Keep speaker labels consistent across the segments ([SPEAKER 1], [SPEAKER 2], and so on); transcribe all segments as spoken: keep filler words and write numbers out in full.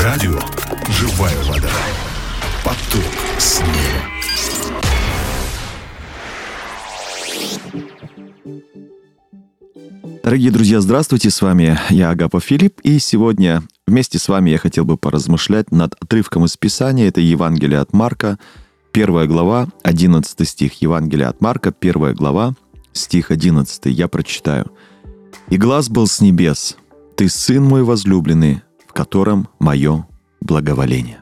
[SPEAKER 1] Радио «Живая вода». Поток снега.
[SPEAKER 2] Дорогие друзья, здравствуйте, с вами я, Агапов Филипп, и сегодня вместе с вами я хотел бы поразмышлять над отрывком из Писания. Это Евангелие от Марка, первая глава, одиннадцатый стих. Евангелие от Марка, первая глава, стих одиннадцатый. Я прочитаю. «И глас был с небес: Ты Сын мой возлюбленный, в котором мое благоволение».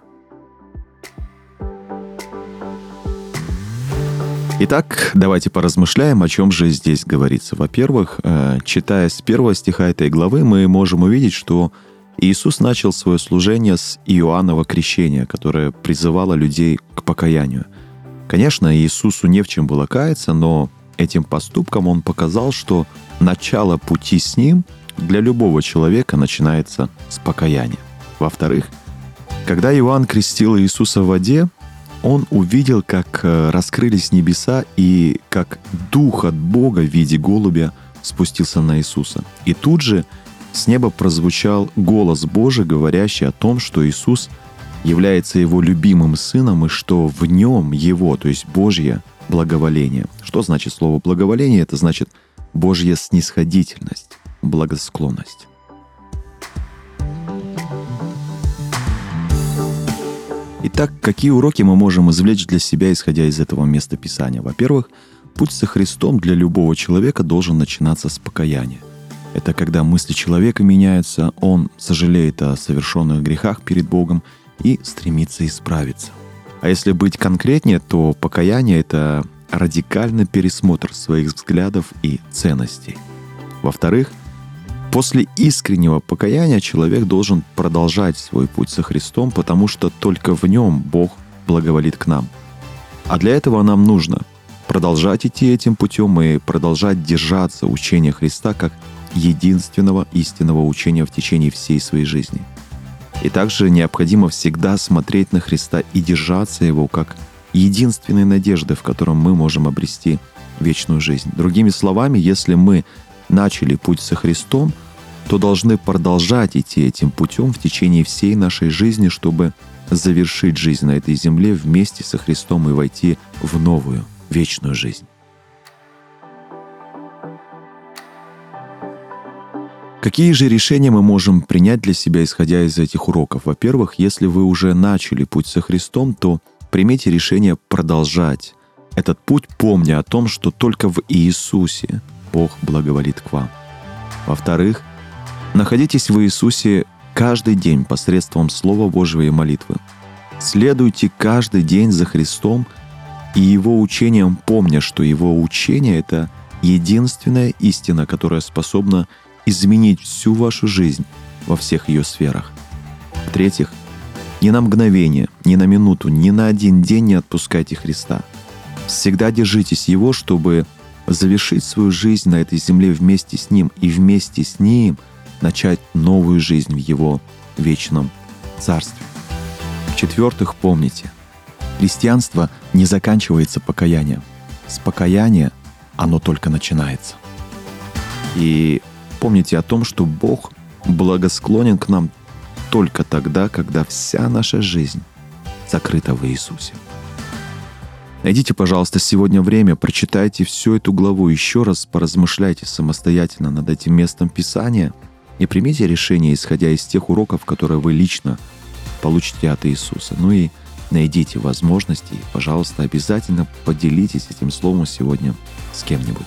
[SPEAKER 2] Итак, давайте поразмышляем, о чем же здесь говорится. Во-первых, читая с первого стиха этой главы, мы можем увидеть, что Иисус начал свое служение с Иоаннова крещения, которое призывало людей к покаянию. Конечно, Иисусу не в чем было каяться, но этим поступком Он показал, что начало пути с Ним для любого человека начинается с покаяния. Во-вторых, когда Иоанн крестил Иисуса в воде, он увидел, как раскрылись небеса и как Дух от Бога в виде голубя спустился на Иисуса. И тут же с неба прозвучал голос Божий, говорящий о том, что Иисус является Его любимым Сыном и что в Нем Его, то есть Божье благоволение. Что значит слово «благоволение»? Это значит Божья снисходительность, благосклонность. Итак, какие уроки мы можем извлечь для себя, исходя из этого места Писания? Во-первых, путь со Христом для любого человека должен начинаться с покаяния. Это когда мысли человека меняются, он сожалеет о совершенных грехах перед Богом и стремится исправиться. А если быть конкретнее, то покаяние — это радикальный пересмотр своих взглядов и ценностей. Во-вторых, после искреннего покаяния человек должен продолжать свой путь со Христом, потому что только в Нем Бог благоволит к нам. А для этого нам нужно продолжать идти этим путем и продолжать держаться учения Христа как единственного истинного учения в течение всей своей жизни. И также необходимо всегда смотреть на Христа и держаться Его как единственной надежды, в котором мы можем обрести вечную жизнь. Другими словами, если мы начали путь со Христом, то должны продолжать идти этим путем в течение всей нашей жизни, чтобы завершить жизнь на этой земле вместе со Христом и войти в новую вечную жизнь. Какие же решения мы можем принять для себя, исходя из этих уроков? Во-первых, если вы уже начали путь со Христом, то примите решение продолжать этот путь, помня о том, что только в Иисусе Бог благоволит к вам. Во-вторых, находитесь в Иисусе каждый день посредством Слова Божьего и молитвы. Следуйте каждый день за Христом и Его учением, помня, что Его учение — это единственная истина, которая способна изменить всю вашу жизнь во всех ее сферах. В-третьих, ни на мгновение, ни на минуту, ни на один день не отпускайте Христа. Всегда держитесь Его, чтобы завершить свою жизнь на этой земле вместе с Ним и вместе с Ним начать новую жизнь в Его вечном Царстве. В-четвертых, помните, христианство не заканчивается покаянием. С покаяния оно только начинается. И помните о том, что Бог благосклонен к нам только тогда, когда вся наша жизнь закрыта в Иисусе. Найдите, пожалуйста, сегодня время, прочитайте всю эту главу еще раз, поразмышляйте самостоятельно над этим местом Писания и примите решение, исходя из тех уроков, которые вы лично получите от Иисуса. Ну и найдите возможности, и, пожалуйста, обязательно поделитесь этим словом сегодня с кем-нибудь.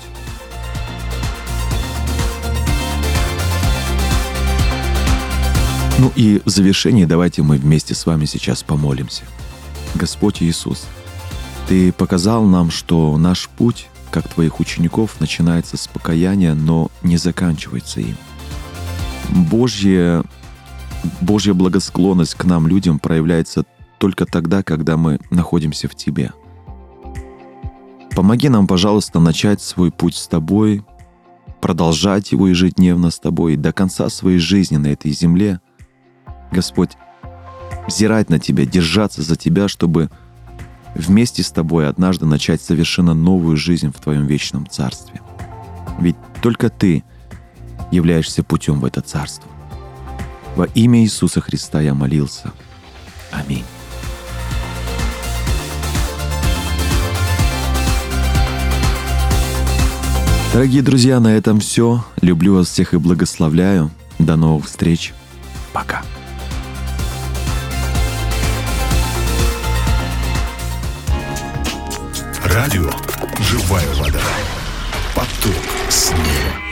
[SPEAKER 2] Ну и в завершение давайте мы вместе с вами сейчас помолимся. Господь Иисус, Ты показал нам, что наш путь, как Твоих учеников, начинается с покаяния, но не заканчивается им. Божья, Божья благосклонность к нам, людям, проявляется только тогда, когда мы находимся в Тебе. Помоги нам, пожалуйста, начать свой путь с Тобой, продолжать его ежедневно с Тобой и до конца своей жизни на этой земле, Господь, взирать на Тебя, держаться за Тебя, чтобы вместе с Тобой однажды начать совершенно новую жизнь в Твоем вечном Царстве. Ведь только Ты являешься путем в это Царство. Во имя Иисуса Христа я молился. Аминь. Дорогие друзья, на этом все. Люблю вас всех и благословляю. До новых встреч. Пока.
[SPEAKER 1] Радио «Живая вода». Поток с неба.